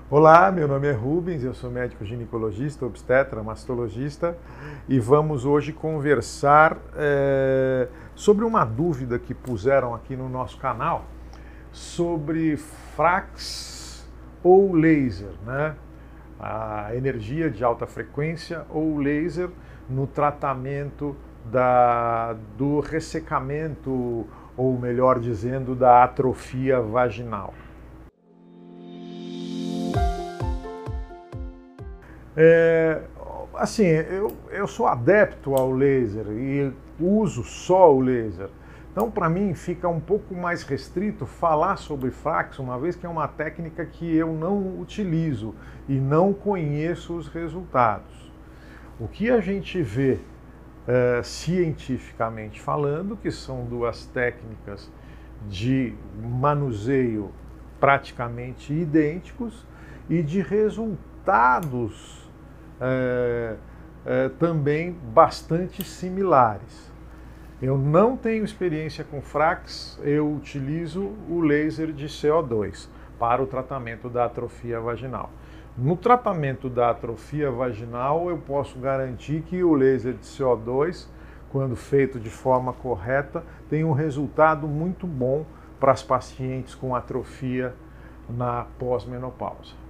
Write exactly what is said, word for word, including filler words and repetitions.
Olá, meu nome é Rubens, eu sou médico ginecologista, obstetra, mastologista e vamos hoje conversar é, sobre uma dúvida que puseram aqui no nosso canal sobre frax ou laser, né? A energia de alta frequência ou laser no tratamento da, do ressecamento, ou melhor dizendo, da atrofia vaginal. É, assim, eu, eu sou adepto ao laser e uso só o laser. Então, para mim, fica um pouco mais restrito falar sobre frax, uma vez que é uma técnica que eu não utilizo e não conheço os resultados. O que a gente vê é, cientificamente falando, que são duas técnicas de manuseio praticamente idênticos e de resultados É, é, também bastante similares. Eu não tenho experiência com frax, eu utilizo o laser de C O dois para o tratamento da atrofia vaginal. No tratamento da atrofia vaginal, eu posso garantir que o laser de C O dois, quando feito de forma correta, tem um resultado muito bom para as pacientes com atrofia na pós-menopausa.